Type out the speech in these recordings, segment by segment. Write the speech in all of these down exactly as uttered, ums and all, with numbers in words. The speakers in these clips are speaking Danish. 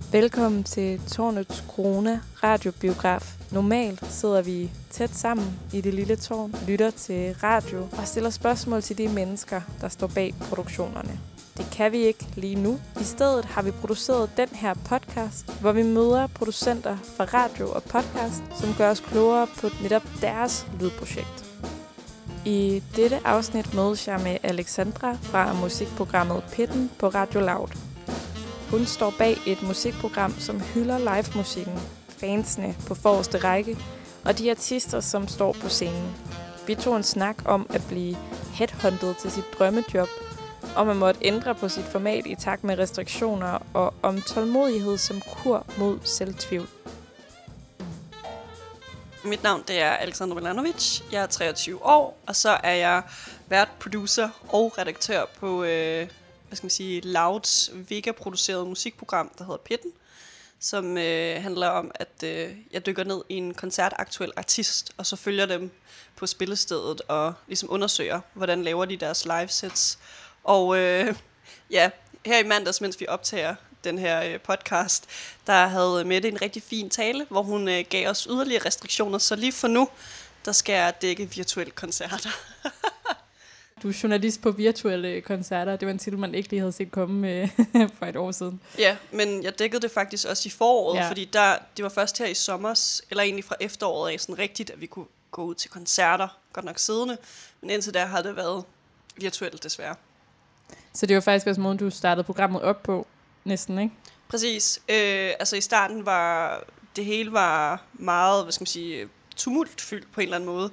Velkommen til Tårnets Corona radiobiograf. Normalt sidder vi tæt sammen i det lille tårn, lytter til radio og stiller spørgsmål til de mennesker, der står bag produktionerne. Det kan vi ikke lige nu. I stedet har vi produceret den her podcast, hvor vi møder producenter fra radio og podcast, som gør os klogere på netop deres lydprojekt. I dette afsnit mødes jeg med Alexandra fra musikprogrammet Pitten på Radio Loud. Hun står bag et musikprogram, som hylder live-musikken, fansene på forreste række og de artister, som står på scenen. Vi tog en snak om at blive headhunted til sit drømmejob, om at måtte ændre på sit format i takt med restriktioner og om tålmodighed som kur mod selvtvivl. Mit navn det er Alexandra Milanovic. Jeg er treogtyve år, og så er jeg vært, producer og redaktør på øh, hvad skal man sige, Louds Vega-produceret musikprogram, der hedder Pitten, som øh, handler om, at øh, jeg dykker ned i en koncertaktuel artist, og så følger dem på spillestedet og ligesom undersøger, hvordan laver de deres livesets. Og øh, ja, her i mandags, mens vi optager den her øh, podcast, der havde Mette en rigtig fin tale, hvor hun øh, gav os yderligere restriktioner, så lige for nu, der skal jeg dække virtuelle koncerter. Du er journalist på virtuelle koncerter. Det var en titel, man ikke lige havde set komme øh, for et år siden. Ja, men jeg dækkede det faktisk også i foråret, ja. fordi der, det var først her i sommers, eller egentlig fra efteråret af, sådan rigtigt, at vi kunne gå ud til koncerter, godt nok siddende, men indtil da har det været virtuelt desværre. Så det var faktisk også måden, du startede programmet op på, næsten, ikke? Præcis. Øh, altså i starten var det hele var meget, hvad skal man sige, tumultfyldt på en eller anden måde.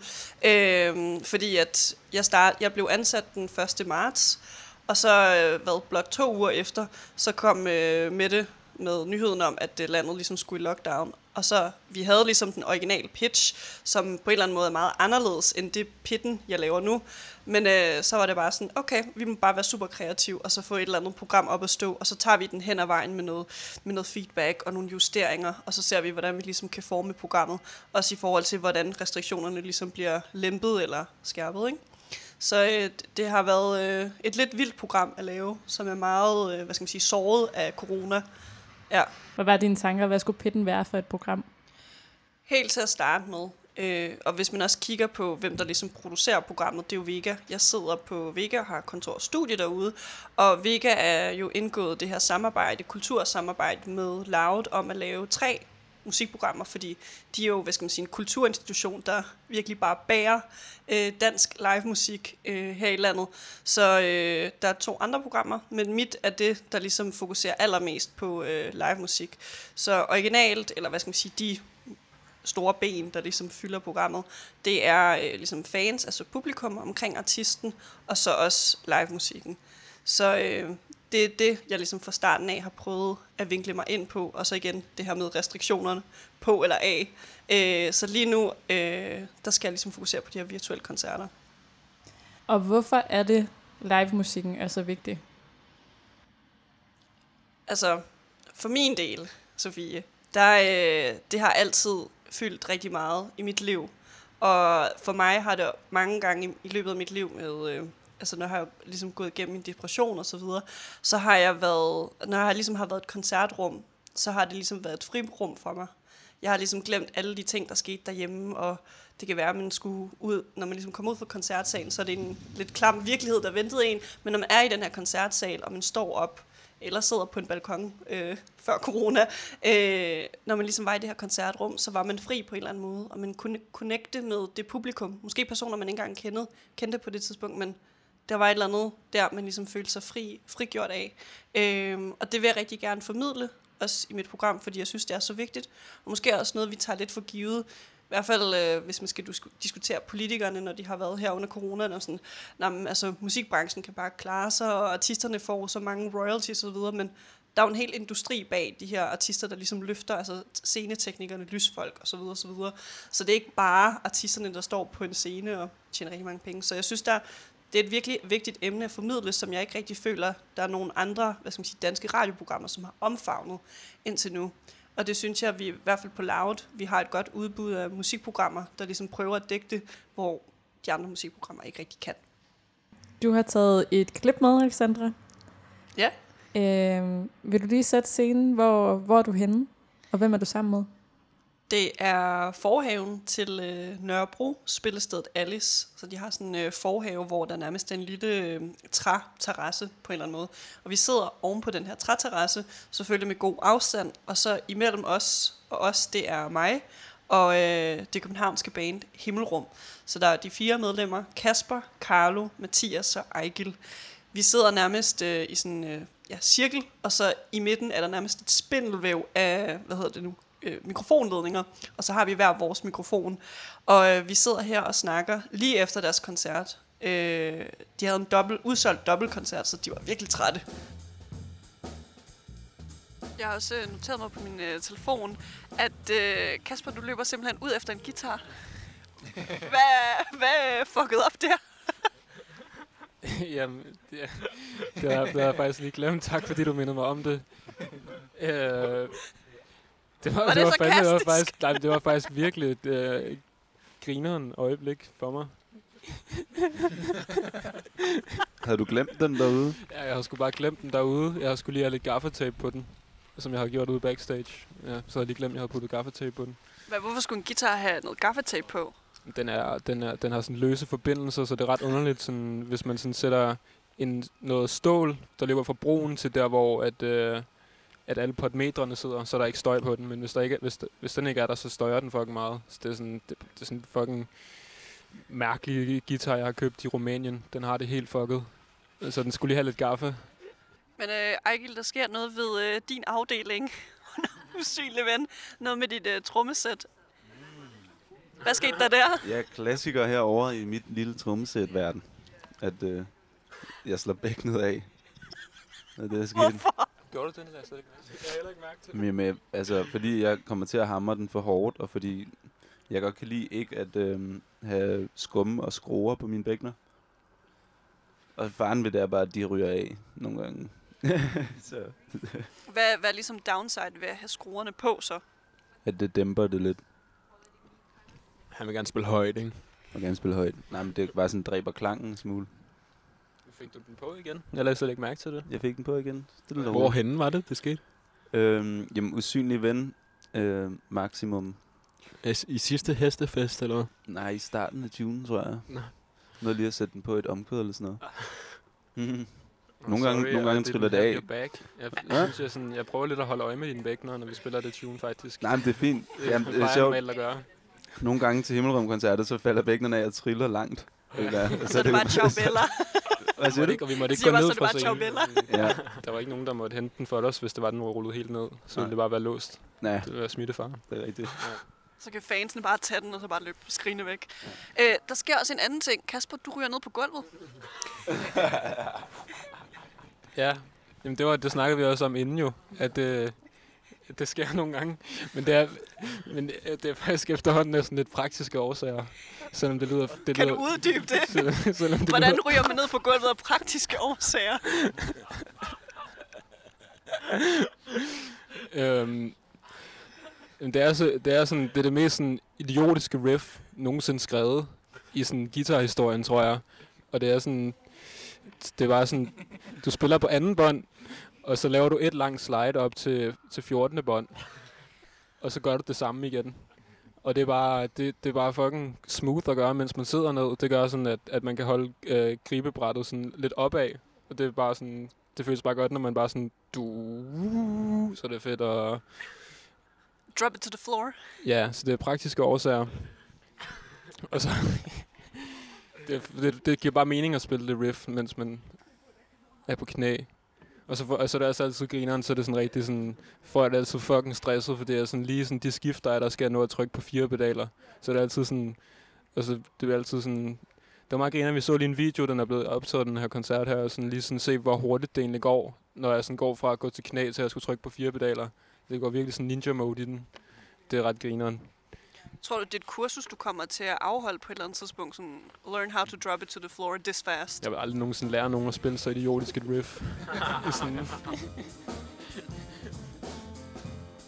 Øh, fordi at jeg, start, jeg blev ansat den første marts, og så øh, hvad, blot to uger efter, så kom øh, Mette med nyheden om, at øh, landet ligesom skulle i lockdown. Og så, vi havde ligesom den originale pitch, som på en eller anden måde er meget anderledes end det Pitten, jeg laver nu. Men øh, så var det bare sådan, okay, vi må bare være super kreative, og så få et eller andet program op at stå, og så tager vi den hen ad vejen med noget, med noget feedback og nogle justeringer, og så ser vi, hvordan vi ligesom kan forme programmet, også i forhold til, hvordan restriktionerne ligesom bliver lempet eller skærpet, ikke? Så øh, det har været øh, et lidt vildt program at lave, som er meget, øh, hvad skal man sige, såret af corona. Ja. Hvad var dine tanker? Hvad skulle Pitten være for et program? Helt til at starte med. Øh, og hvis man også kigger på, hvem der ligesom producerer programmet, det er jo Vega. Jeg sidder på Vega og har kontor og studie derude. Og Vega er jo indgået det her samarbejde, kultursamarbejde med Loud om at lave tre musikprogrammer, fordi de er jo, hvad skal man sige, en kulturinstitution, der virkelig bare bærer øh, dansk livemusik øh, her i landet. Så øh, der er to andre programmer, men mit er det, der ligesom fokuserer allermest på øh, livemusik. Så originalt, eller hvad skal man sige, de store ben, der ligesom fylder programmet, det er øh, ligesom fans, altså publikum omkring artisten, og så også livemusikken. Så øh, det er det, jeg ligesom fra starten af har prøvet at vinkle mig ind på, og så igen det her med restriktionerne på eller af. Øh, så lige nu, øh, der skal jeg ligesom fokusere på de her virtuelle koncerter. Og hvorfor er det, live-musikken er så vigtig? Altså, for min del, Sofie, der, øh, det har altid fyldt rigtig meget i mit liv. Og for mig har det mange gange i, i løbet af mit liv med... Øh, altså når jeg har ligesom gået igennem min depression og så videre, så har jeg været, når jeg ligesom har været et koncertrum, så har det ligesom været et frirum for mig. Jeg har ligesom glemt alle de ting, der skete derhjemme, og det kan være, at man skulle ud, når man ligesom kommer ud fra koncertsalen, så er det en lidt klam virkelighed, der ventede en, men når man er i den her koncertsal, og man står op, eller sidder på en balkon øh, før corona, øh, når man ligesom var i det her koncertrum, så var man fri på en eller anden måde, og man kunne connecte med det publikum, måske personer, man ikke engang kendte, kendte på det tidspunkt, men der var et eller andet der, man ligesom følte sig fri, frigjort af. Øhm, og det vil jeg rigtig gerne formidle, også i mit program, fordi jeg synes, det er så vigtigt. Og måske også noget, vi tager lidt for givet. I hvert fald, øh, hvis man skal diskutere politikerne, når de har været her under coronaen, og sådan, nah, altså musikbranchen kan bare klare sig, og artisterne får så mange royalties og så videre, men der er jo en hel industri bag de her artister, der ligesom løfter, altså sceneteknikerne, lysfolk og så videre, og så videre. Så det er ikke bare artisterne, der står på en scene og tjener rigtig mange penge. Så jeg synes, der det er et virkelig vigtigt emne at formidle, som jeg ikke rigtig føler, der er nogle andre, hvad skal man sige, danske radioprogrammer, som har omfavnet indtil nu. Og det synes jeg, vi i hvert fald på Loud, vi har et godt udbud af musikprogrammer, der ligesom prøver at dække det, hvor de andre musikprogrammer ikke rigtig kan. Du har taget et klip med, Alexandra. Ja. Øh, vil du lige sætte scenen, hvor, hvor er du henne, og hvem er du sammen med? Det er forhaven til øh, Nørrebro, spillestedet Alice. Så de har sådan en øh, forhave, hvor der nærmest er en lille øh, træterrasse på en eller anden måde. Og vi sidder oven på den her træterrasse, selvfølgelig med god afstand. Og så imellem os og os, det er mig og øh, det københavnske band Himmelrum. Så der er de fire medlemmer, Kasper, Carlo, Mathias og Ejgil. Vi sidder nærmest øh, i sådan en øh, ja, cirkel, og så i midten er der nærmest et spindelvæv af, hvad hedder det nu, øh, mikrofonledninger, og så har vi hver vores mikrofon. Og øh, vi sidder her og snakker lige efter deres koncert. Øh, de havde en dobbelt, udsolgt dobbeltkoncert, så de var virkelig trætte. Jeg har også noteret mig på min øh, telefon, at øh, Kasper, du løber simpelthen ud efter en guitar. Hvad, hvad fuckede op der? Jamen, det, det, har, det har jeg faktisk lige glemt. Tak, fordi du mindede mig om det. Øh, det var, var det, det var så fandme, det var faktisk, nej, det var faktisk virkelig et øh, grineren øjeblik for mig. Havde du glemt den derude? Ja, jeg har sgu bare glemt den derude. Jeg har sgu lige have lidt gaffatape på den, som jeg har gjort ude backstage. Ja, så havde jeg lige glemt, at jeg havde puttet gaffatape på den. Hvad, hvorfor skulle en guitar have noget gaffatape på? Den, er, den, er, den har sådan løse forbindelser, så det er ret underligt, sådan, hvis man sådan sætter en, noget stål, der løber fra broen til der, hvor at, øh, at alle potmetrene sidder, så er der ikke støj på den. Men hvis, der ikke er, hvis, der, hvis den ikke er der, så støjer den fucking meget. Så det er sådan, det, det er sådan en fucking mærkelig guitar, jeg har købt i Rumænien. Den har det helt fucket. Så den skulle lige have lidt gaffe. Men øh, Ejgil, der sker noget ved øh, din afdeling. Usynlig ven. Noget med dit øh, trommesæt. Hvad skete der der? Jeg er klassiker herovre i mit lille trommesæt-verden. At øh, jeg slår bækkenet af. Og det er sket. Hvorfor? Gjorde du den der? Så det kan jeg heller ikke mærke til. Men med, altså, fordi jeg kommer til at hamre den for hårdt, og fordi jeg godt kan lide ikke at øh, have skumme og skruer på mine bækkener. Og faren ved det er bare, at de ryger af nogle gange. Så. Hvad, hvad er ligesom downside ved at have skruerne på så? At det dæmper det lidt. Han vil gerne spille højt, ikke? Og gerne spille højt. Nej, men det var sådan dræber klangen en smule. Fik du den på igen? Jeg lagde slet ikke mærke til det. Jeg fik den på igen. Stille Hvorhenne var det, det skete? Øhm, jamen, usynlig ven. Øh, maksimum. I sidste hestefest, eller hvad? Nej, i starten af tunen, tror jeg. Nej. Noget lige at sætte den på et omkvæd eller sådan noget. Mm-hmm. Oh, nogle gange, nogle gange triller det af. Jeg, jeg, ja? synes, jeg, sådan, jeg prøver lidt at holde øje med dine bækkener, når vi spiller det tune, faktisk. Nej, men det er fint. Det, Jamen, det er sjovt. At gøre. Nogle gange til Himmelrum-koncerter, så falder bækkenerne af og triller langt. Ja. Så, så er det bare ciao Bella. Hvad siger du? Og vi måtte ikke gå ned fra scenen. Ja. Der var ikke nogen, der måtte hente den for os, hvis det var, den var rullet helt ned. Så ville det bare være låst. Nej. Det ville være smittefare. Det er rigtigt. Ja. Så kan fansene bare tage den, og så bare løbe skrigende væk. Øh, der sker også en anden ting. Kasper, du ryger ned på gulvet. Ja, jamen det, var, det snakkede vi også om inden jo, at øh, det sker nogle gange. Men det er, men det er faktisk efterhånden næsten lidt praktiske årsager. Selvom det lyder... Det kan lyder, du uddybe det? Selv, selvom det Hvordan lyder, ryger man ned på gulvet af praktiske årsager? øhm, det, er så, det er sådan, det er det mest sådan idiotiske riff nogensinde skrevet i sådan guitarhistorien, tror jeg. Og det er sådan... Det var sådan... Du spiller på anden bånd, og så laver du et langt slide op til, til fjortende bånd. Og så gør du det samme igen. Og det er bare, det, det er bare fucking smooth at gøre, mens man sidder ned. Det gør sådan, at, at man kan holde øh, gribebrættet sådan lidt opad. Og det er bare sådan... Det føles bare godt, når man bare sådan... Du, så det er fedt at... Drop it to the floor. Ja, så det er praktiske årsager. Og så... det, det, det giver bare mening at spille det riff, mens man er på knæ. Og så, for, og så er det altså altid grineren, så er det sådan rigtig sådan... Folk er altid fucking stresset, for det er sådan lige sådan... De skifter af, der skal nå at trykke på fire pedaler. Så det er altid sådan... Altså, det er altid sådan... Det var meget griner, vi så lige en video, den er blevet optaget, den her koncert her, og sådan lige sådan se, hvor hurtigt det egentlig går, når jeg sådan går fra at gå til knæ til at skulle trykke på fire pedaler. Det går virkelig sådan ninja mode i den. Det er ret grineren. Tror du, det er et kursus, du kommer til at afholde på et eller andet tidspunkt? Sådan, learn how to drop it to the floor this fast. Jeg vil aldrig nogensinde lære nogen at spille så idiotisk et riff. sådan.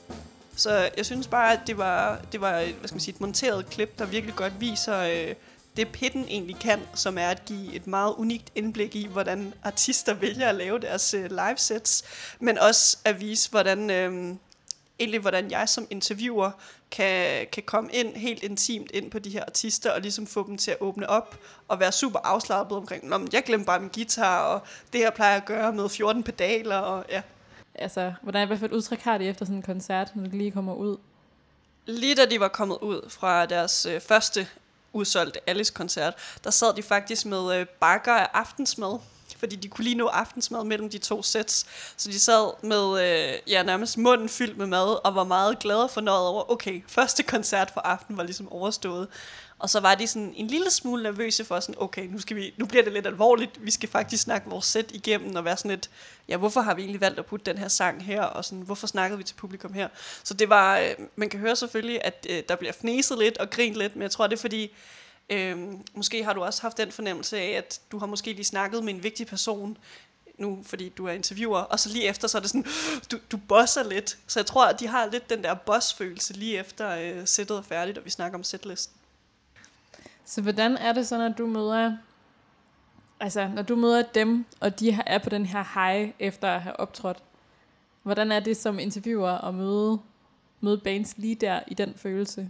Så jeg synes bare, at det var, det var hvad skal man sige, et monteret klip, der virkelig godt viser øh, det Pitten egentlig kan, som er at give et meget unikt indblik i, hvordan artister vælger at lave deres øh, livesets, men også at vise, hvordan, øh, egentlig, hvordan jeg som interviewer kan, kan komme ind helt intimt ind på de her artister, og ligesom få dem til at åbne op, og være super afslappet omkring, nå, men jeg glemte bare min guitar, og det her plejer jeg at gøre med fjorten pedaler, og ja. Altså, hvordan, hvad for et udtryk har de efter sådan en koncert, når de lige kommer ud? Lige da de var kommet ud fra deres øh, første udsolgte Alice-koncert, der sad de faktisk med øh, bakker af aftensmad, fordi de kunne lige nå aftensmad mellem de to sets. Så de sad med øh, ja, nærmest munden fyldt med mad, og var meget glade og fornøjet over, okay, første koncert for aften var ligesom overstået. Og så var de sådan en lille smule nervøse for sådan, okay, nu, skal vi, nu bliver det lidt alvorligt, vi skal faktisk snakke vores sæt igennem, og være sådan lidt, ja, hvorfor har vi egentlig valgt at putte den her sang her, og sådan, hvorfor snakkede vi til publikum her? Så det var, øh, man kan høre selvfølgelig, at øh, der bliver fnæset lidt og grint lidt, men jeg tror, det er fordi, øh, måske har du også haft den fornemmelse af, at du har måske lige snakket med en vigtig person, nu fordi du er interviewer, og så lige efter, så er det sådan, du, du bosser lidt. Så jeg tror, at de har lidt den der boss-følelse lige efter øh, sættet er færdigt, og vi snakker om setlisten. Så hvordan er det så, når du møder, altså når du møder dem, og de er på den her high efter at have optrådt? Hvordan er det som interviewer at møde, møde bands lige der i den følelse?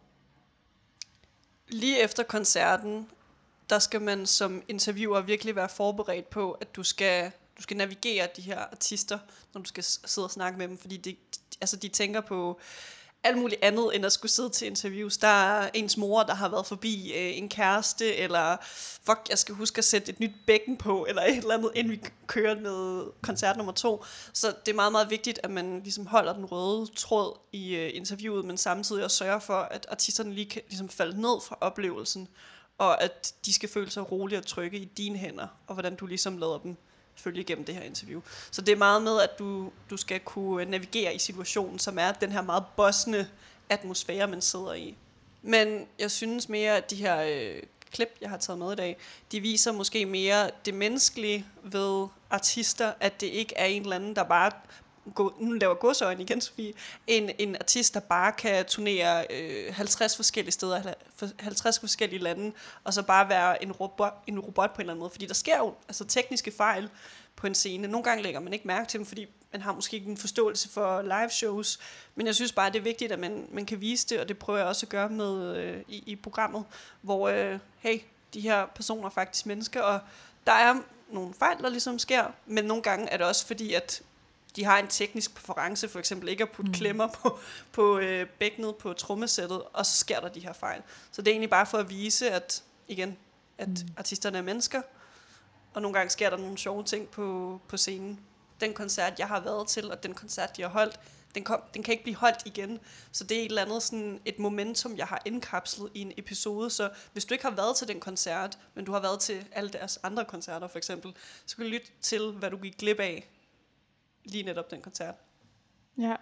Lige efter koncerten, der skal man som interviewer virkelig være forberedt på, at du skal, du skal navigere de her artister, når du skal sidde og snakke med dem, fordi de, altså de tænker på alt muligt andet, end at skulle sidde til interviews. Der er ens mor, der har været forbi øh, en kæreste, eller fuck, jeg skal huske at sætte et nyt bækken på, eller et eller andet, inden vi kører med koncert nummer to. Så det er meget, meget vigtigt, at man ligesom holder den røde tråd i øh, interviewet, men samtidig også sørger for, at artisterne lige kan ligesom falde ned fra oplevelsen, og at de skal føle sig rolige og trygge i dine hænder, og hvordan du ligesom lader dem følge igennem det her interview. Så det er meget med, at du, du skal kunne navigere i situationen, som er den her meget bossende atmosfære, man sidder i. Men jeg synes mere, at de her øh, klip, jeg har taget med i dag, de viser måske mere det menneskelige ved artister, at det ikke er en eller anden, der bare gå, nu laver godsøjne igen, Sofie, en, en artist, der bare kan turnere øh, halvtreds forskellige steder, halvtreds forskellige lande, og så bare være en robot, en robot på en eller anden måde. Fordi der sker jo altså tekniske fejl på en scene. Nogle gange lægger man ikke mærke til dem, fordi man har måske ikke en forståelse for live shows. Men jeg synes bare, det er vigtigt, at man, man kan vise det, og det prøver jeg også at gøre med øh, i, i programmet, hvor, øh, hey, de her personer er faktisk mennesker, og der er nogle fejl, der ligesom sker, men nogle gange er det også fordi, at de har en teknisk præference, for eksempel ikke at putte mm. klemmer på, på øh, bækkenet på trommesættet, og så sker der de her fejl. Så det er egentlig bare for at vise, at igen, at mm. artisterne er mennesker, og nogle gange sker der nogle sjove ting på, på scenen. Den koncert, jeg har været til, og den koncert, de har holdt, den, kom, den kan ikke blive holdt igen. Så det er et eller andet sådan et momentum, jeg har indkapslet i en episode. Så hvis du ikke har været til den koncert, men du har været til alle deres andre koncerter for eksempel, så kan du lytte til, hvad du gik glip af lige netop den koncert. Ja.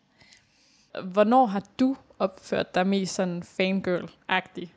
Hvornår har du opført dig mest sådan fangirl-agtig?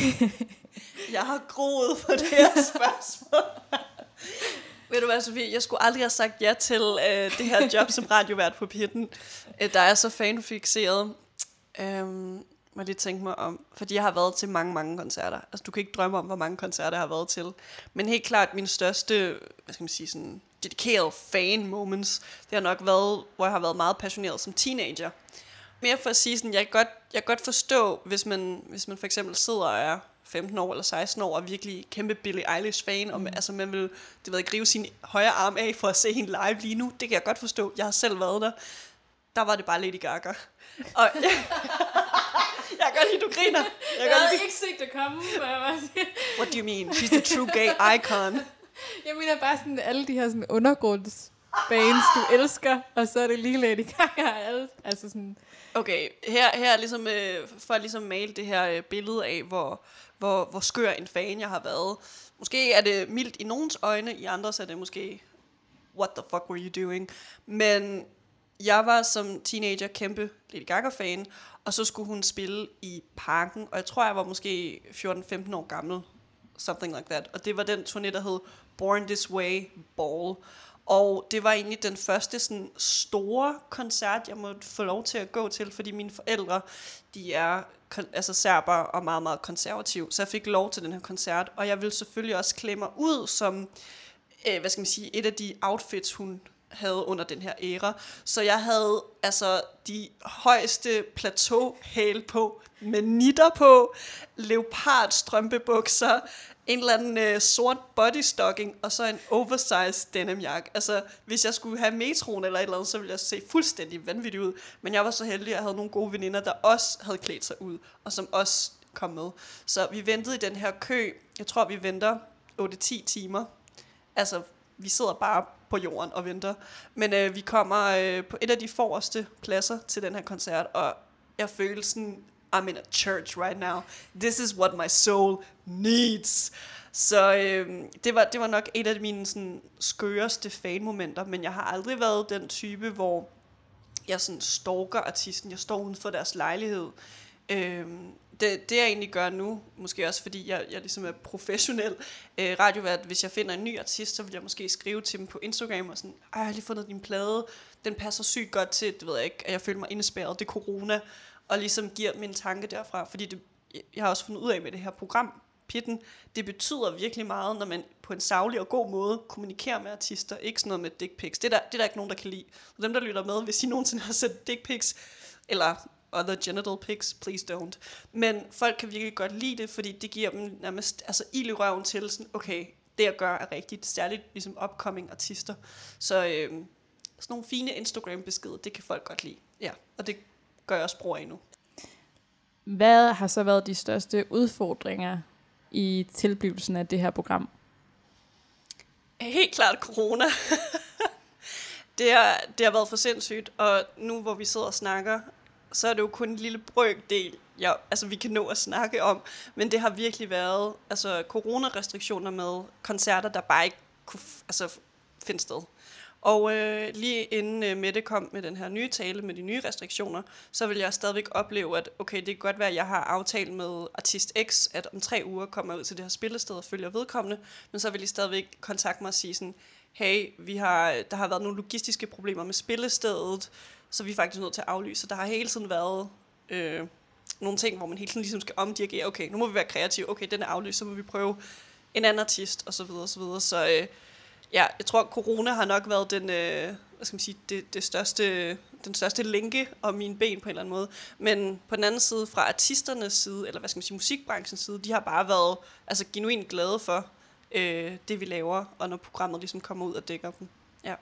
Jeg har groet på det her spørgsmål. Ved du hvad, Sofie? Jeg skulle aldrig have sagt ja til øh, det her job som radiovært på Pitten. Øh, der er så fanfixeret. Øhm, må jeg lige tænke mig om. Fordi jeg har været til mange, mange koncerter. Altså, du kan ikke drømme om, hvor mange koncerter jeg har været til. Men helt klart, min største, hvad skal man sige, sådan dedicated fan moments, det har nok været, hvor jeg har været meget passioneret som teenager. Mere for at sige sådan, jeg kan godt, jeg kan godt forstå, hvis man, hvis man for eksempel sidder og er femten år eller seksten år og virkelig kæmpe Billie Eilish-fan, og altså man vil, det ved, gribe sin højre arm af for at se hende live lige nu. Det kan jeg godt forstå. Jeg har selv været der. Der var det bare Lady Gaga. Og jeg, jeg kan godt lide, du griner. Jeg, jeg havde ikke set det komme. What do you mean? She's the true gay icon. Jeg mener bare sådan alle de her sådan undergrundsbands, du elsker, og så er det lige Lady Gaga. Altså sådan. Okay, her, her er ligesom, øh, for at ligesom male det her øh, billede af, hvor, hvor, hvor skør en fan jeg har været. Måske er det mildt i nogens øjne, i andres er det måske, what the fuck were you doing? Men jeg var som teenager kæmpe Lady Gaga-fan, og så skulle hun spille i Parken, og jeg tror, jeg var måske fjorten femten år gammel, something like that. Og det var den turné, der hed Born This Way Ball. Og det var egentlig den første sådan store koncert, jeg måtte få lov til at gå til, fordi mine forældre, de er kon- altså serber og meget, meget konservativ. Så jeg fik lov til den her koncert, og jeg ville selvfølgelig også klæde mig ud som, øh, hvad skal man sige, et af de outfits, hun havde under den her æra. Så jeg havde altså de højeste plateauhæle på, med nitter på, leopard strømpebukser, en eller anden øh, sort bodystocking, og så en oversized denimjakke. Altså, hvis jeg skulle have metroen eller et eller andet, så ville jeg se fuldstændig vanvittig ud. Men jeg var så heldig, at jeg havde nogle gode veninder, der også havde klædt sig ud, og som også kom med. Så vi ventede i den her kø. Jeg tror, vi venter otte til ti timer. Altså, vi sidder bare på jorden og venter. Men øh, vi kommer øh, på et af de forreste pladser til den her koncert, og jeg følte sådan, I'm in a church right now. This is what my soul needs. Så øh, det, var, det var nok et af mine sådan, skøreste fanmomenter, men jeg har aldrig været den type, hvor jeg sådan stalker artisten. Jeg står uden for deres lejlighed. Øh, det, det jeg egentlig gør nu, måske også fordi jeg, jeg ligesom er professionel øh, radiovært, hvis jeg finder en ny artist, så vil jeg måske skrive til dem på Instagram og sådan, ej, jeg har lige fundet din plade, den passer sygt godt til, det ved jeg ikke, at jeg føler mig indespærret, det er corona, og ligesom giver min tanke derfra, fordi det, jeg har også fundet ud af med det her program, Pitten, det betyder virkelig meget, når man på en saglig og god måde kommunikerer med artister, ikke sådan noget med dick pics, det er der, det er der ikke nogen, der kan lide. Og dem, der lytter med, hvis I nogensinde har set dick pics, eller other genital pics, please don't. Men folk kan virkelig godt lide det, fordi det giver dem nærmest altså, ild i røven til, sådan, okay, det jeg gør er rigtigt, særligt ligesom upcoming artister. Så øh, sådan nogle fine Instagram-beskeder, det kan folk godt lide. Ja, og det gør jeg også brug af nu. Hvad har så været de største udfordringer i tilblivelsen af det her program? Helt klart corona. det, har, det har været for sindssygt, og nu hvor vi sidder og snakker, så er det jo kun en lille brøkdel, ja, altså vi kan nå at snakke om, men det har virkelig været altså coronarestriktioner med koncerter, der bare ikke kunne f- altså, finde sted. Og øh, lige inden øh, Mette kom med den her nye tale med de nye restriktioner, så vil jeg stadigvæk opleve, at okay, det kan godt være, at jeg har aftalt med artist X, at om tre uger kommer jeg ud til det her spillested og følger vedkommende, men så vil de stadigvæk kontakte mig og sige sådan, hey, vi har, der har været nogle logistiske problemer med spillestedet, så vi er faktisk nødt til at aflyse. Så der har hele tiden været øh, nogle ting, hvor man hele tiden ligesom skal omdirigere, okay, nu må vi være kreative, okay, den er aflyst, så må vi prøve en anden artist, og så videre, og så videre. Så øh, ja, jeg tror, corona har nok været den, øh, hvad skal man sige, det, det største, den største lænke om mine ben på en eller anden måde. Men på den anden side, fra artisternes side, eller hvad skal man sige, musikbranchens side, de har bare været altså, genuint glade for øh, det, vi laver, og når programmet ligesom kommer ud og dækker dem. Ja.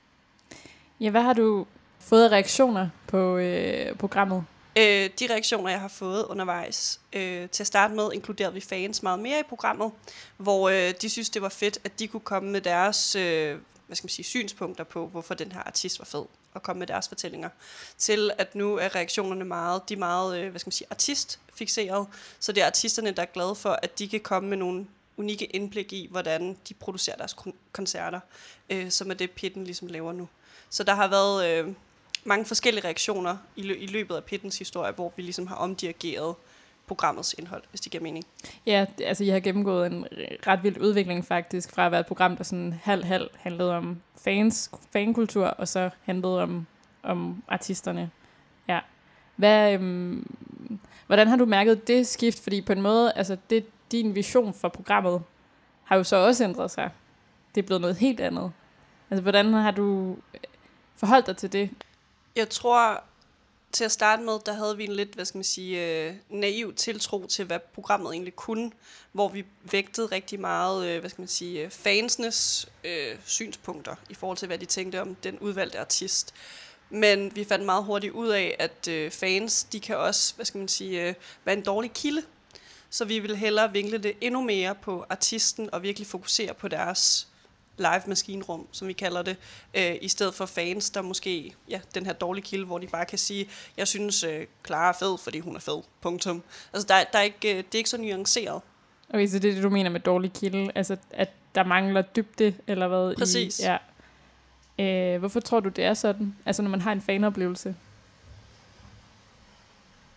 Ja, hvad har du fået reaktioner på øh, programmet? Øh, de reaktioner, jeg har fået undervejs, øh, til at starte med, inkluderede vi fans meget mere i programmet, hvor øh, de synes, det var fedt, at de kunne komme med deres øh, hvad skal man sige, synspunkter på, hvorfor den her artist var fed, og komme med deres fortællinger. Til at nu er reaktionerne meget, de er meget øh, hvad skal man sige, artistfixeret, så det er artisterne, der er glade for, at de kan komme med nogle unikke indblik i, hvordan de producerer deres koncerter, øh, som er det, Pitten ligesom laver nu. Så der har været øh, mange forskellige reaktioner i, lø- i løbet af Pittens historie, hvor vi ligesom har omdirigeret programmets indhold, hvis det giver mening. Ja, det, altså jeg har gennemgået en ret vild udvikling faktisk, fra at være et program, der sådan halv-halv handlede om fans, fankultur, og så handlede om, om artisterne. Ja. Hvad, øhm, hvordan har du mærket det skift? Fordi på en måde, altså det, din vision for programmet har jo så også ændret sig. Det er blevet noget helt andet. Altså hvordan har du forholdt dig til det? Jeg tror, til at starte med, der havde vi en lidt, hvad skal man sige, øh, naiv tiltro til, hvad programmet egentlig kunne, hvor vi vægtede rigtig meget, øh, hvad skal man sige, fansenes øh, synspunkter i forhold til, hvad de tænkte om den udvalgte artist. Men vi fandt meget hurtigt ud af, at øh, fans, de kan også, hvad skal man sige, øh, være en dårlig kilde. Så vi ville hellere vinkle det endnu mere på artisten og virkelig fokusere på deres live maskinrum, som vi kalder det, øh, i stedet for fans, der måske, ja, den her dårlige kilde, hvor de bare kan sige, jeg synes, øh, Clara er fed, fordi hun er fed, punktum. Altså, der, der er ikke, øh, det er ikke så nuanceret. Okay, så det er det, du mener med dårlig kilde, altså at der mangler dybde, eller hvad? Præcis. I, ja. øh, hvorfor tror du, det er sådan? Altså, når man har en fanoplevelse?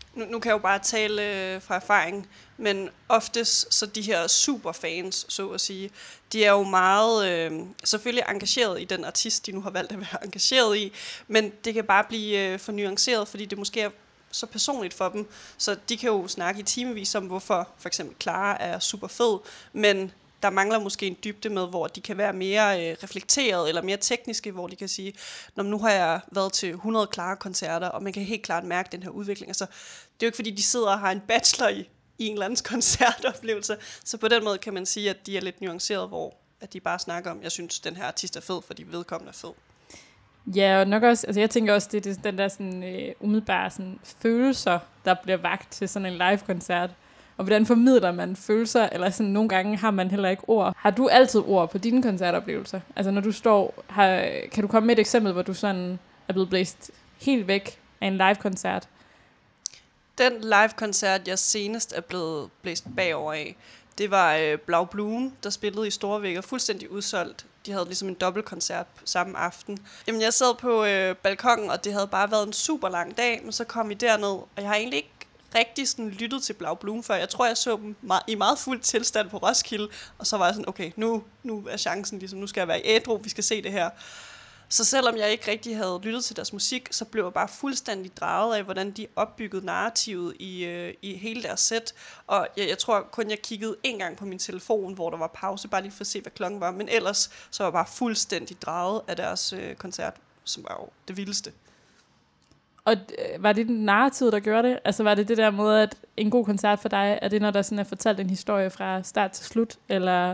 nu, nu kan jeg jo bare tale øh, fra erfaring, men oftest så de her superfans, så at sige, de er jo meget øh, selvfølgelig engageret i den artist, de nu har valgt at være engageret i, men det kan bare blive øh, for nuanceret, fordi det måske er så personligt for dem, så de kan jo snakke i timevis om, hvorfor for eksempel Clara er super fed, men der mangler måske en dybde med, hvor de kan være mere øh, reflekteret eller mere tekniske, hvor de kan sige, Nå, nu har jeg været til hundrede klare koncerter, og man kan helt klart mærke den her udvikling. Altså, det er jo ikke fordi, de sidder og har en bachelor i, i en eller andens koncertoplevelse, så på den måde kan man sige, at de er lidt nuanceret, hvor at de bare snakker om, jeg synes, den her artist er fed, fordi vedkommende er fed. Ja, og nok også, altså jeg tænker også, det er den der sådan, øh, umiddelbare sådan, følelser, der bliver vagt til sådan en live-koncert. Og hvordan formidler man følelser, eller sådan nogle gange har man heller ikke ord. Har du altid ord på dine koncertoplevelser? Altså når du står, har, kan du komme med et eksempel, hvor du sådan er blevet blæst helt væk af en live-koncert? Den live-koncert, jeg senest er blevet blæst bagover af, det var øh, Blau Blume, der spillede i Storvæk og fuldstændig udsolgt. De havde ligesom en dobbeltkoncert samme aften. Jamen jeg sad på øh, balkongen, og det havde bare været en super lang dag, men så kom vi derned, og jeg har egentlig ikke rigtig sådan lyttet til Blau Blume før. Jeg tror, jeg så dem meget, i meget fuld tilstand på Roskilde, og så var jeg sådan, okay, nu, nu er chancen ligesom, nu skal jeg være i ædru, vi skal se det her. Så selvom jeg ikke rigtig havde lyttet til deres musik, så blev jeg bare fuldstændig draget af, hvordan de opbyggede narrativet i, øh, i hele deres sæt. Og jeg, jeg tror kun, jeg kiggede en gang på min telefon, hvor der var pause, bare lige for at se, hvad klokken var. Men ellers så var jeg bare fuldstændig draget af deres øh, koncert, som var jo det vildeste. Og øh, var det den narrativ, der gjorde det? Altså var det det der med, at en god koncert for dig, er det når der sådan er fortalt en historie fra start til slut, eller...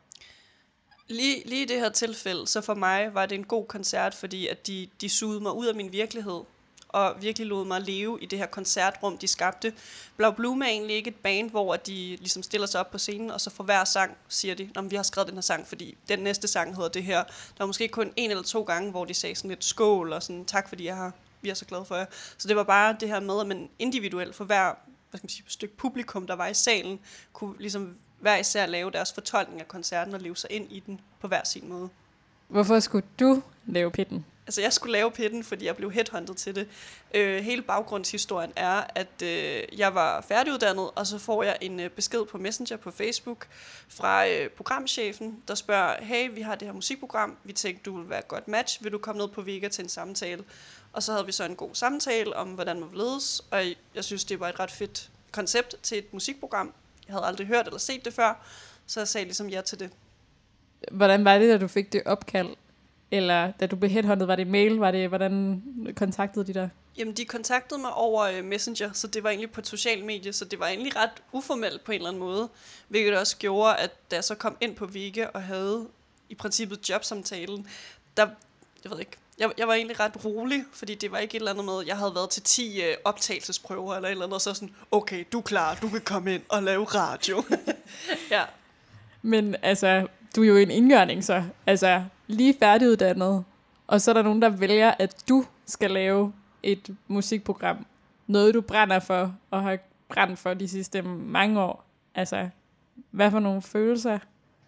Lige, lige i det her tilfælde, så for mig var det en god koncert, fordi at de, de sugede mig ud af min virkelighed, og virkelig lod mig leve i det her koncertrum, de skabte. Blau Blume er egentlig ikke et band, hvor de ligesom stiller sig op på scenen, og så for hver sang siger de, vi har skrevet den her sang, fordi den næste sang hedder det her. Der var måske kun en eller to gange, hvor de sagde sådan lidt skål, og sådan tak fordi jeg har, vi er så glade for jer. Så det var bare det her med, at man individuelt for hver hvad skal man sige, stykke publikum, der var i salen, kunne ligesom hver især lave deres fortolkning af koncerten og leve sig ind i den på hver sin måde. Hvorfor skulle du lave pitten? Altså jeg skulle lave pitten, fordi jeg blev headhunted til det. Øh, hele baggrundshistorien er, at øh, jeg var færdiguddannet, og så får jeg en øh, besked på Messenger på Facebook fra øh, programchefen, der spørger, hey, vi har det her musikprogram, vi tænkte, du vil være et godt match, vil du komme ned på Vega til en samtale? Og så havde vi så en god samtale om, hvordan man ledes, og jeg, jeg synes, det var et ret fedt koncept til et musikprogram. Jeg havde aldrig hørt eller set det før, så jeg sagde ligesom ja til det. Hvordan var det, da du fik det opkald? Eller da du blev headhunted, var det mail? Var det, hvordan kontaktede de dig? Jamen, de kontaktede mig over uh, Messenger, så det var egentlig på et socialt medie, så det var egentlig ret uformelt på en eller anden måde. Hvilket også gjorde, at da jeg så kom ind på Vega og havde i princippet jobsamtalen, der, jeg ved ikke, jeg, jeg var egentlig ret rolig, fordi det var ikke et eller andet med, jeg havde været til ti uh, optagelsesprøver eller et eller andet, og så sådan, okay, du er klar, du kan komme ind og lave radio. Ja. Men altså, du er jo en indgørning så. Altså, lige færdiguddannet, og så er der nogen, der vælger, at du skal lave et musikprogram. Noget, du brænder for, og har brændt for de sidste mange år. Altså, hvad for nogle følelser?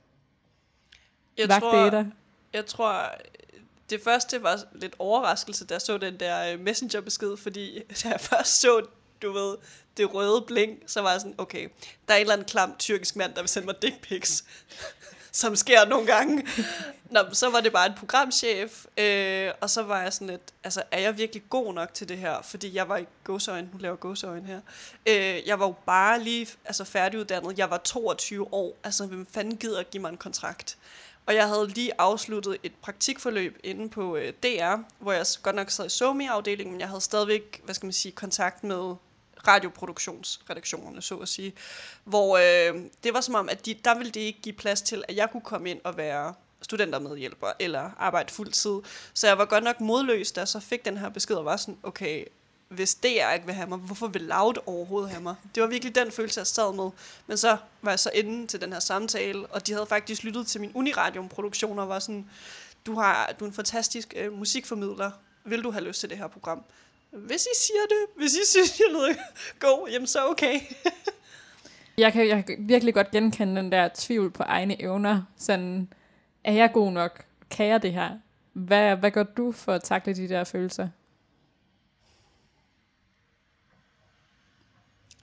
Jeg tror, jeg tror, det første var lidt overraskelse, da jeg så den der messengerbesked, fordi da jeg først så, du ved, det røde blink, så var jeg sådan, okay, der er en eller anden klam tyrkisk mand, der vil sende mig dick pics, som sker nogle gange. Nå, så var det bare en programchef, øh, og så var jeg sådan lidt, altså, er jeg virkelig god nok til det her? Fordi jeg var i gåseøjne, nu laver jeg gåseøjne her. Øh, jeg var jo bare lige altså, færdiguddannet, jeg var toogtyve år, altså, hvem fanden gider at give mig en kontrakt? Og jeg havde lige afsluttet et praktikforløb inde på øh, D R, hvor jeg godt nok sad i SoMe-afdelingen, men jeg havde stadigvæk, hvad skal man sige, kontakt med radioproduktionsredaktionerne, så at sige. Hvor øh, det var som om, at de, der ville det ikke give plads til, at jeg kunne komme ind og være studentermedhjælper eller arbejde fuld tid. Så jeg var godt nok modløs, da jeg så fik den her besked, og var sådan, okay, hvis D R ikke vil have mig, hvorfor vil Loud overhovedet have mig? Det var virkelig den følelse, jeg sad med. Men så var jeg så inde til den her samtale, og de havde faktisk lyttet til min Uniradium-produktion, og var sådan, du, har, du er en fantastisk øh, musikformidler. Vil du have lyst til det her program? Hvis I siger det, hvis I synes, jeg lyder god, jamen så okay. jeg, kan, jeg kan virkelig godt genkende den der tvivl på egne evner. Sådan, er jeg god nok? Kan jeg det her? Hvad, hvad gør du for at takle de der følelser?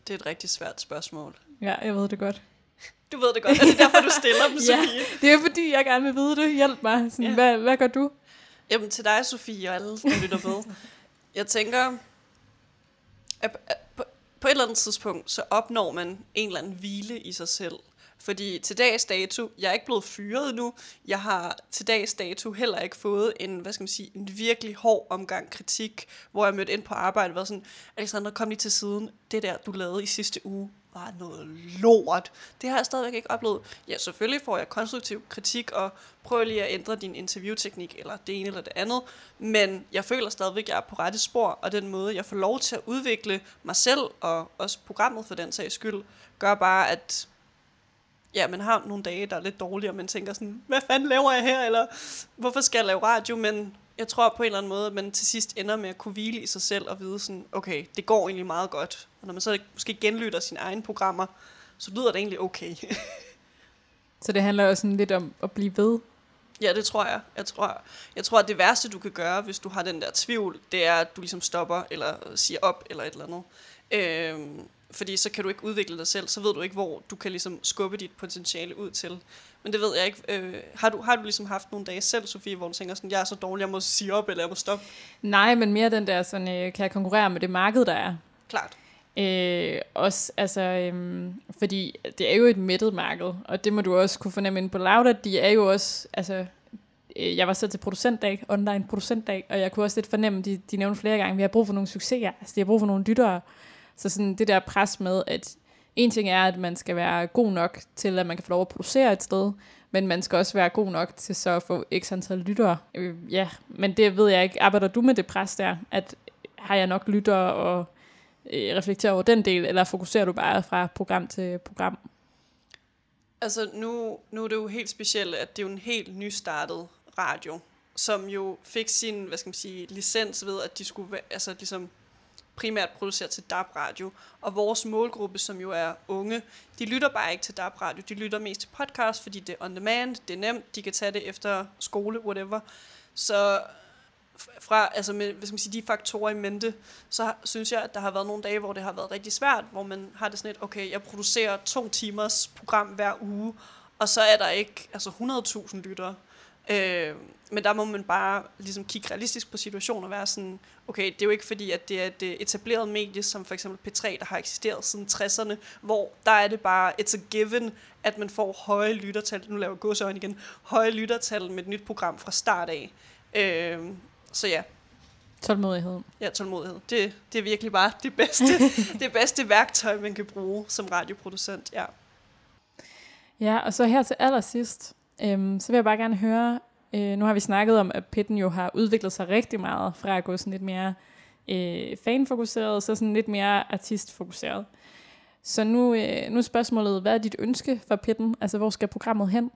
Det er et rigtig svært spørgsmål. Ja, jeg ved det godt. Du ved det godt, og det er derfor, du stiller dem, Ja, Sofie. det er fordi, jeg gerne vil vide det. Hjælp mig. Sådan, Ja. hvad, hvad gør du? Jamen til dig, Sofie, og alle, der lytter med. Jeg tænker, at at på, på et eller andet tidspunkt, så opnår man en eller anden hvile i sig selv. Fordi til dags dato, jeg er ikke blevet fyret nu, jeg har til dags dato heller ikke fået en, hvad skal man sige, en virkelig hård omgang kritik, hvor jeg mødte ind på arbejde og var sådan, Alexander, kom lige til siden, det der, du lavede i sidste uge, var noget lort. Det har jeg stadigvæk ikke oplevet. Ja, selvfølgelig får jeg konstruktiv kritik, og prøver lige at ændre din interviewteknik, eller det ene eller det andet, men jeg føler stadigvæk, at jeg er på rette spor, og den måde, jeg får lov til at udvikle mig selv, og også programmet for den sags skyld, gør bare, at ja, man har nogle dage, der er lidt dårlige, og man tænker sådan, hvad fanden laver jeg her, eller hvorfor skal jeg lave radio, men jeg tror på en eller anden måde, at man til sidst ender med at kunne hvile i sig selv, og vide sådan, okay, det går egentlig meget godt, og når man så måske genlytter sine egne programmer, så lyder det egentlig okay. Så det handler også sådan lidt om at blive ved. Ja, det tror jeg. Jeg tror, jeg tror, at det værste, du kan gøre, hvis du har den der tvivl, det er, at du ligesom stopper, eller siger op, eller et eller andet. Øhm, fordi så kan du ikke udvikle dig selv, så ved du ikke, hvor du kan ligesom skubbe dit potentiale ud til. Men det ved jeg ikke. Øh, har, du, har du ligesom haft nogle dage selv, Sofie, hvor du tænker sådan, jeg er så dårlig, jeg må sige op, eller jeg må stoppe? Nej, men mere den der sådan, øh, kan jeg konkurrere med det marked, der er. Klart. Øh, også, altså, øhm, fordi det er jo et mættet marked, og det må du også kunne fornemme inde på Lauda. De er jo også, altså, øh, jeg var så til producentdag, online producentdag, og jeg kunne også lidt fornemme, de, de nævnte flere gange, vi har brug for nogle succeser, altså de har brug for nogle lyttere. Så sådan det der pres med, at en ting er, at man skal være god nok til, at man kan få lov at producere et sted, men man skal også være god nok til så at få x antal lyttere. Øh, ja, men det ved jeg ikke. Arbejder du med det pres der, at har jeg nok lyttere og øh, reflekterer over den del, eller fokuserer du bare fra program til program? Altså nu, nu er det jo helt specielt, at det er jo en helt nystartet radio, som jo fik sin, hvad skal man sige, licens ved, at de skulle være, altså ligesom primært produceret til D A B-radio, og vores målgruppe, som jo er unge, de lytter bare ikke til D A B-radio, de lytter mest til podcast, fordi det er on demand, det er nemt, de kan tage det efter skole, whatever. Så fra, altså med, hvad skal man sige, de faktorer i mente, så synes jeg, at der har været nogle dage, hvor det har været rigtig svært, hvor man har det sådan et, okay, jeg producerer to timers program hver uge, og så er der ikke altså hundrede tusind lyttere. Øh, men der må man bare ligesom kigge realistisk på situationen og være sådan, okay, det er jo ikke fordi, at det er et etableret medie, som for eksempel P tre, der har eksisteret siden tresserne, hvor der er det bare, it's a given, at man får høje lyttertal, nu laver jeg gåseøjne igen, høje lyttertal med et nyt program fra start af. Øh, så ja. Tålmodighed. Ja, tålmodighed. Det, det er virkelig bare det bedste, det bedste værktøj, man kan bruge som radioproducent, ja. Ja, og så her til allersidst, øhm, så vil jeg bare gerne høre, øh, nu har vi snakket om, at Pitten jo har udviklet sig rigtig meget, fra at gå sådan lidt mere øh, fanfokuseret, så sådan lidt mere artistfokuseret. Så nu, øh, nu er spørgsmålet, hvad er dit ønske for Pitten? Altså, hvor skal programmet hen?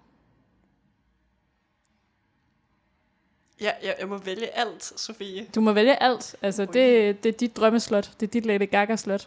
Ja, jeg, jeg må vælge alt, Sofie. Du må vælge alt. Altså, det, det er dit drømmeslot. Det er dit Lady Gaga-slot.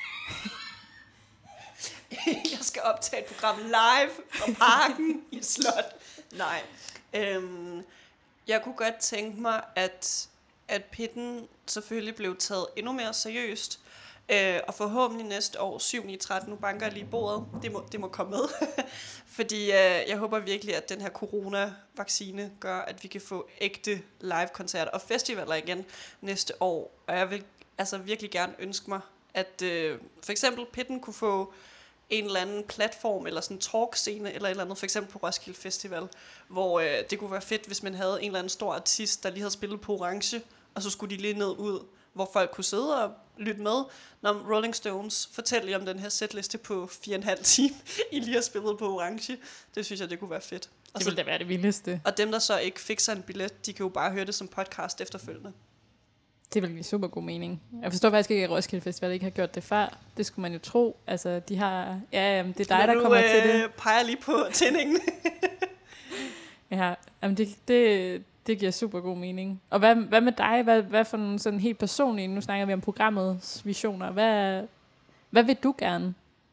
Jeg skal optage et program live fra parken i et slot. Nej. Øhm, jeg kunne godt tænke mig, at, at Pitten selvfølgelig blev taget endnu mere seriøst. Øh, og forhåbentlig næste år, syv ni tretten, nu banker jeg lige bordet, det må, det må komme med. Fordi øh, jeg håber virkelig, at den her corona-vaccine gør, at vi kan få ægte live-koncerter og festivaler igen næste år. Og jeg vil altså virkelig gerne ønske mig, at øh, for eksempel Pitten kunne få en eller anden platform, eller sådan en talkscene, eller et eller andet, for eksempel på Roskilde Festival, hvor øh, det kunne være fedt, hvis man havde en eller anden stor artist, der lige havde spillet på Orange, og så skulle de lige ned ud, hvor folk kunne sidde og lytte med, når Rolling Stones fortæller lige om den her setliste på fire og en halv time, I lige har spillet på Orange. Det synes jeg, det kunne være fedt. Og Det ville da være det vildeste. Og dem, der så ikke fik sig en billet, de kan jo bare høre det som podcast efterfølgende. Det ville give super god mening. Jeg forstår faktisk ikke, at Roskilde Festival ikke har gjort det før. Det skulle man jo tro. Altså, de har... Ja, det er dig, der kommer øh, til det. Peger lige på tændingen. Ja, jamen det, det, det giver super god mening. Og hvad, hvad med dig? Hvad, hvad for nogle sådan helt personlige... Nu snakker vi om programmets visioner. Hvad, hvad vil du gerne?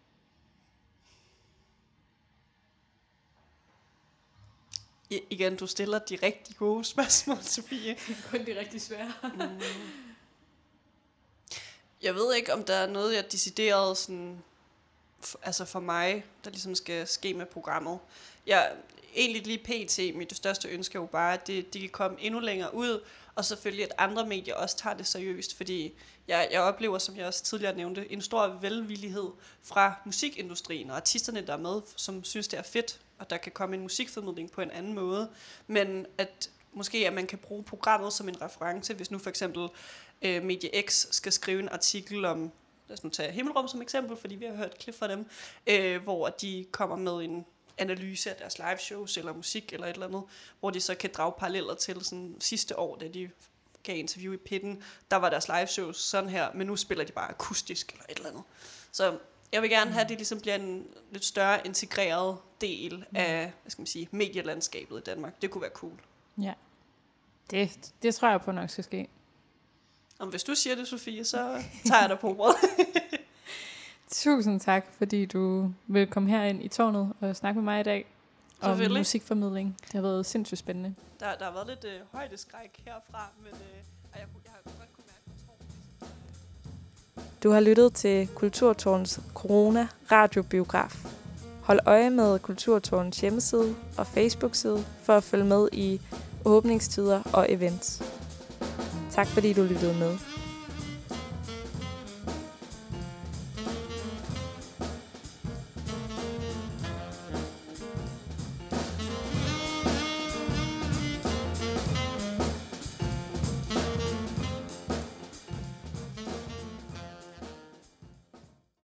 I, igen, du stiller de rigtig gode spørgsmål, Sofie. Kun de rigtig svære. mm. Jeg ved ikke, om der er noget, jeg decideret sådan, f- altså for mig, der ligesom skal ske med programmet. Jeg egentlig lige pt. Mit største ønske er jo bare, at det, de kan komme endnu længere ud, og selvfølgelig, at andre medier også tager det seriøst, fordi jeg, jeg oplever, som jeg også tidligere nævnte, en stor velvillighed fra musikindustrien og artisterne, der er med, som synes, det er fedt, og der kan komme en musikformidling på en anden måde, men at måske, at man kan bruge programmet som en reference, hvis nu for eksempel øh, Medie X skal skrive en artikel om, lad os nu tage Himmelrum som eksempel, fordi vi har hørt et klip fra dem, øh, hvor de kommer med en analyse af deres live shows eller musik eller et eller andet, hvor de så kan drage paralleller til sådan sidste år, da de gav interview i Pitten, der var deres live shows sådan her, men nu spiller de bare akustisk eller et eller andet. Så jeg vil gerne have, at det ligesom bliver en lidt større integreret del af, hvad skal man sige, medielandskabet i Danmark. Det kunne være cool. Ja, det, det tror jeg på nok skal ske. Om hvis du siger det, Sofie, så tager jeg dig på ordet. Tusind tak, fordi du vil komme herind i tårnet og snakke med mig i dag om musikformidling. Det har været sindssygt spændende. Der, der har været lidt øh, højdeskræk herfra, men øh, jeg, jeg har godt kunne mærke tårnet. Du har lyttet til Kulturtårnets Corona radiobiograf. Hold øje med Kulturtårnets hjemmeside og Facebook-side for at følge med i åbningstider og events. Tak fordi du lyttede med.